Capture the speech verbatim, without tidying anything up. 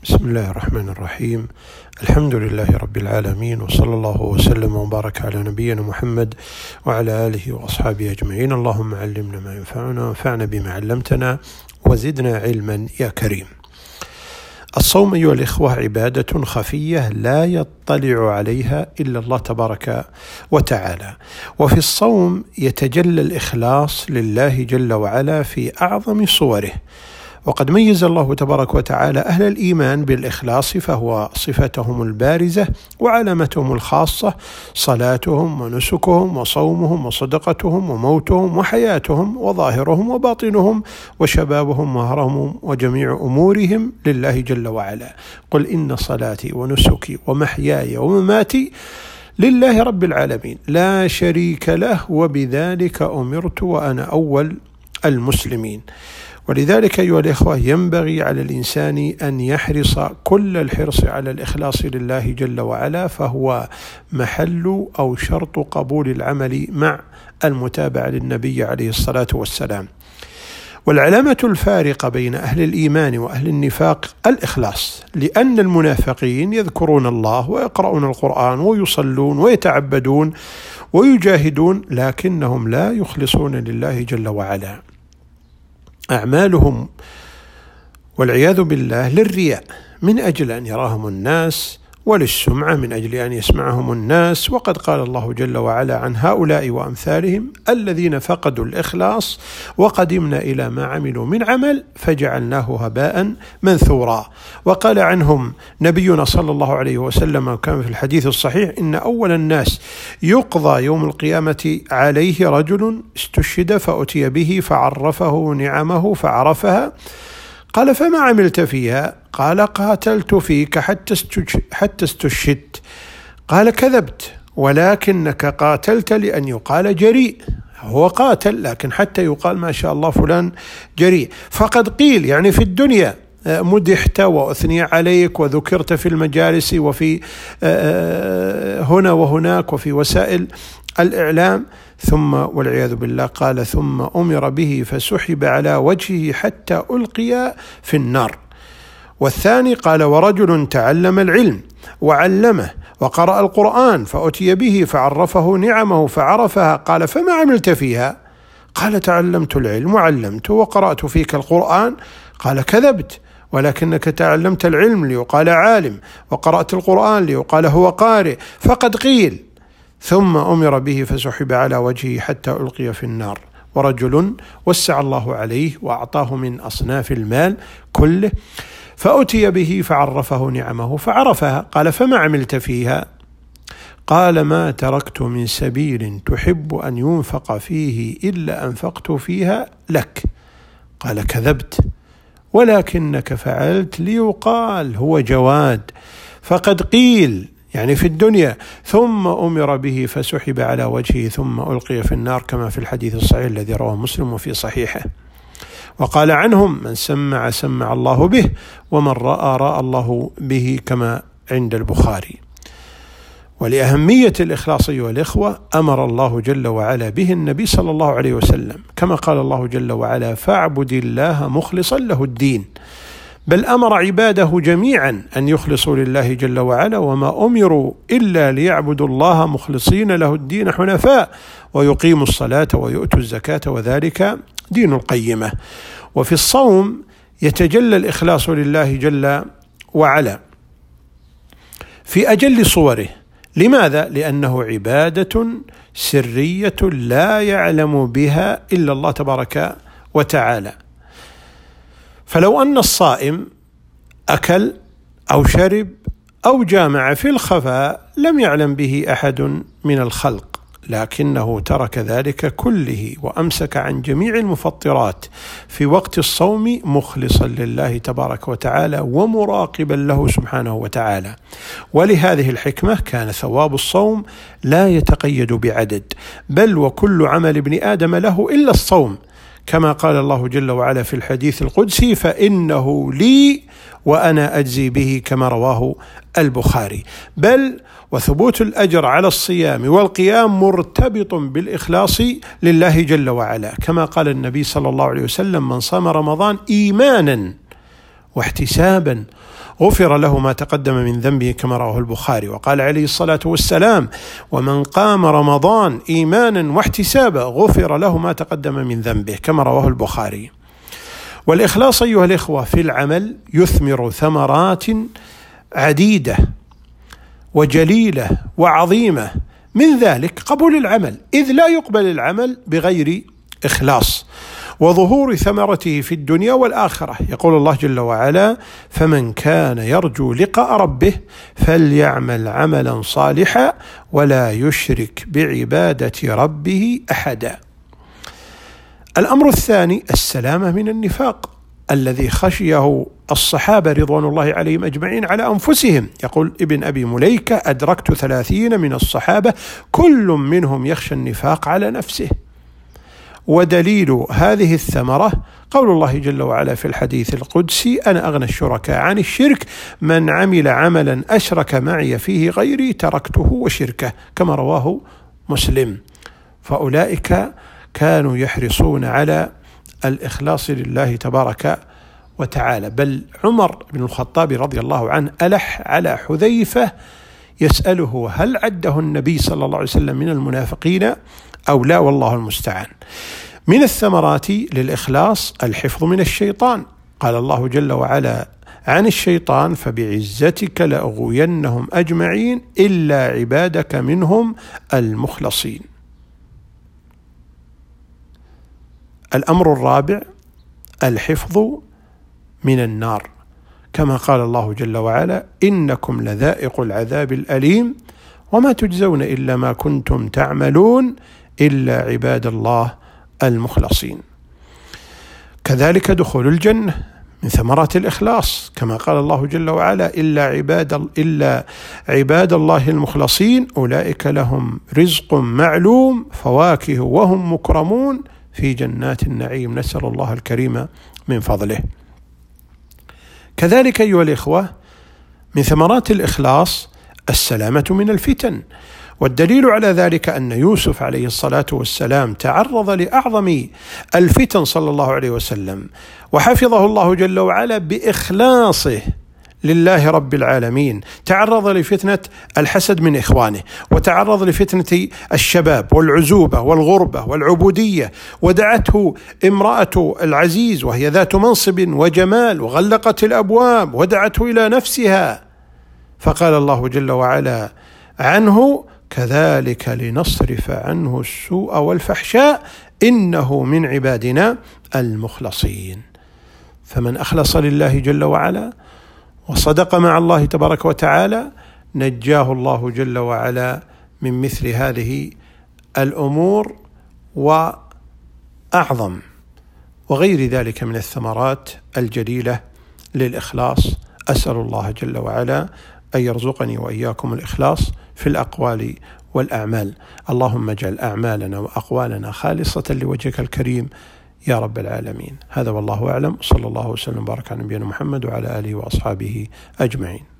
بسم الله الرحمن الرحيم. الحمد لله رب العالمين، وصلى الله وسلم وبارك على نبينا محمد وعلى آله وأصحابه أجمعين. اللهم علمنا ما ينفعنا وانفعنا بما علمتنا وزدنا علما يا كريم. الصوم أيها الإخوة عبادة خفية لا يطلع عليها إلا الله تبارك وتعالى، وفي الصوم يتجلى الإخلاص لله جل وعلا في أعظم صوره، وقد ميز الله تبارك وتعالى أهل الإيمان بالإخلاص، فهو صفتهم البارزة وعلامتهم الخاصة، صلاتهم ونسكهم وصومهم وصدقتهم وموتهم وحياتهم وظاهرهم وباطنهم وشبابهم وهرهم وجميع أمورهم لله جل وعلا. قل إن صلاتي ونسكي ومحياي ومماتي لله رب العالمين لا شريك له وبذلك أمرت وأنا أول المسلمين. ولذلك أيها الإخوة ينبغي على الإنسان أن يحرص كل الحرص على الإخلاص لله جل وعلا، فهو محل أو شرط قبول العمل مع المتابعة للنبي عليه الصلاة والسلام. والعلامة الفارقة بين أهل الإيمان وأهل النفاق الإخلاص، لأن المنافقين يذكرون الله ويقرؤون القرآن ويصلون ويتعبدون ويجاهدون، لكنهم لا يخلصون لله جل وعلا. أعمالهم والعياذ بالله للرياء من أجل أن يراهم الناس، وللسمعة من أجل أن يسمعهم الناس. وقد قال الله جل وعلا عن هؤلاء وأمثالهم الذين فقدوا الإخلاص وقدمنا إلى ما عملوا من عمل فجعلناه هباء منثورا. وقال عنهم نبينا صلى الله عليه وسلم كما في الحديث الصحيح: إن أول الناس يقضى يوم القيامة عليه رجل استشهد فأتي به فعرفه نعمه فعرفها، قال: فما عملت فيها؟ قال: قاتلت فيك حتى استشهدت. قال: كذبت، ولكنك قاتلت لأن يقال جريء. هو قاتل لكن حتى يقال ما شاء الله فلان جريء. فقد قيل يعني في الدنيا مدحت وأثني عليك وذكرت في المجالس وفي هنا وهناك وفي وسائل الإعلام، ثم والعياذ بالله قال: ثم أمر به فسحب على وجهه حتى ألقي في النار. والثاني قال: ورجل تعلم العلم وعلمه وقرأ القرآن فأتي به فعرفه نعمه فعرفها، قال: فما عملت فيها؟ قال: تعلمت العلم وعلمت وقرأت فيك القرآن. قال: كذبت، ولكنك تعلمت العلم ليقال عالم وقرأت القرآن ليقال هو قارئ. فقد قيل. ثم أمر به فسحب على وجهه حتى ألقي في النار. ورجل وسع الله عليه وأعطاه من أصناف المال كله فأتي به فعرفه نعمه فعرفها، قال: فما عملت فيها؟ قال: ما تركت من سبيل تحب أن ينفق فيه إلا أنفقت فيها لك. قال: كذبت، ولكنك فعلت ليقال هو جواد. فقد قيل يعني في الدنيا. ثم أمر به فسحب على وجهه ثم ألقي في النار، كما في الحديث الصحيح الذي رواه مسلم وفي صحيحه. وقال عنهم: من سمع سمع الله به، ومن رأى رأى الله به، كما عند البخاري. ولأهمية الإخلاص أيها الإخوة أمر الله جل وعلا به النبي صلى الله عليه وسلم، كما قال الله جل وعلا: فاعبد الله مخلصا له الدين. بل أمر عباده جميعا أن يخلصوا لله جل وعلا، وما أمروا إلا ليعبدوا الله مخلصين له الدين حنفاء ويقيموا الصلاة ويؤتوا الزكاة وذلك دين القيمة. وفي الصوم يتجلى الإخلاص لله جل وعلا في أجل صوره. لماذا؟ لأنه عبادة سرية لا يعلم بها إلا الله تبارك وتعالى. فلو أن الصائم أكل أو شرب أو جامع في الخفاء لم يعلم به أحد من الخلق، لكنه ترك ذلك كله وأمسك عن جميع المفطرات في وقت الصوم مخلصا لله تبارك وتعالى ومراقبا له سبحانه وتعالى. ولهذه الحكمة كان ثواب الصوم لا يتقيد بعدد، بل وكل عمل ابن آدم له إلا الصوم، كما قال الله جل وعلا في الحديث القدسي: فإنه لي وأنا أجزي به، كما رواه البخاري. بل وثبوت الأجر على الصيام والقيام مرتبط بالإخلاص لله جل وعلا، كما قال النبي صلى الله عليه وسلم: من صام رمضان إيمانا واحتسابا غفر له ما تقدم من ذنبه كما رواه البخاري. وقال عليه الصلاة والسلام: ومن قام رمضان إيمانا واحتسابا غفر له ما تقدم من ذنبه كما رواه البخاري. والإخلاص أيها الإخوة في العمل يثمر ثمرات عديدة وجليلة وعظيمة، من ذلك قبول العمل، إذ لا يقبل العمل بغير إخلاص، وظهور ثمرته في الدنيا والآخرة. يقول الله جل وعلا: فمن كان يرجو لقاء ربه فليعمل عملا صالحا ولا يشرك بعبادة ربه أحدا. الأمر الثاني السلامة من النفاق الذي خشيه الصحابة رضوان الله عليهم أجمعين على أنفسهم. يقول ابن أبي مليكة: أدركت ثلاثين من الصحابة كل منهم يخشى النفاق على نفسه. ودليل هذه الثمرة قول الله جل وعلا في الحديث القدسي: أنا أغنى الشركاء عن الشرك، من عمل عملا أشرك معي فيه غيري تركته وشركه، كما رواه مسلم. فأولئك كانوا يحرصون على الإخلاص لله تبارك وتعالى. بل عمر بن الخطاب رضي الله عنه ألح على حذيفة يسأله: هل عده النبي صلى الله عليه وسلم من المنافقين أو لا؟ والله المستعان. من الثمرات للإخلاص الحفظ من الشيطان. قال الله جل وعلا عن الشيطان: فبعزتك لأغوينهم أجمعين إلا عبادك منهم المخلصين. الأمر الرابع الحفظ من النار، كما قال الله جل وعلا: إنكم لذائق العذاب الأليم وما تجزون إلا ما كنتم تعملون إلا عباد الله المخلصين. كذلك دخول الجنة من ثمرات الإخلاص، كما قال الله جل وعلا: إلا عباد, إلا عباد الله المخلصين أولئك لهم رزق معلوم فواكه وهم مكرمون في جنات النعيم. نسأل الله الكريم من فضله. كذلك أيها الإخوة من ثمرات الإخلاص السلامة من الفتن، والدليل على ذلك أن يوسف عليه الصلاة والسلام تعرض لأعظم الفتن صلى الله عليه وسلم، وحفظه الله جل وعلا بإخلاصه لله رب العالمين. تعرض لفتنة الحسد من إخوانه، وتعرض لفتنة الشباب والعزوبة والغربة والعبودية، ودعته امرأة العزيز وهي ذات منصب وجمال وغلقت الأبواب ودعته إلى نفسها، فقال الله جل وعلا عنه: كذلك لنصرف عنه السوء والفحشاء إنه من عبادنا المخلصين. فمن أخلص لله جل وعلا وصدق مع الله تبارك وتعالى نجاه الله جل وعلا من مثل هذه الأمور وأعظم وغير ذلك من الثمرات الجليلة للإخلاص. أسأل الله جل وعلا أن يرزقني وإياكم الإخلاص في الأقوال والأعمال. اللهم اجعل أعمالنا وأقوالنا خالصة لوجهك الكريم يا رب العالمين. هذا والله أعلم، صلى الله وسلم وبارك على نبينا محمد وعلى آله وأصحابه أجمعين.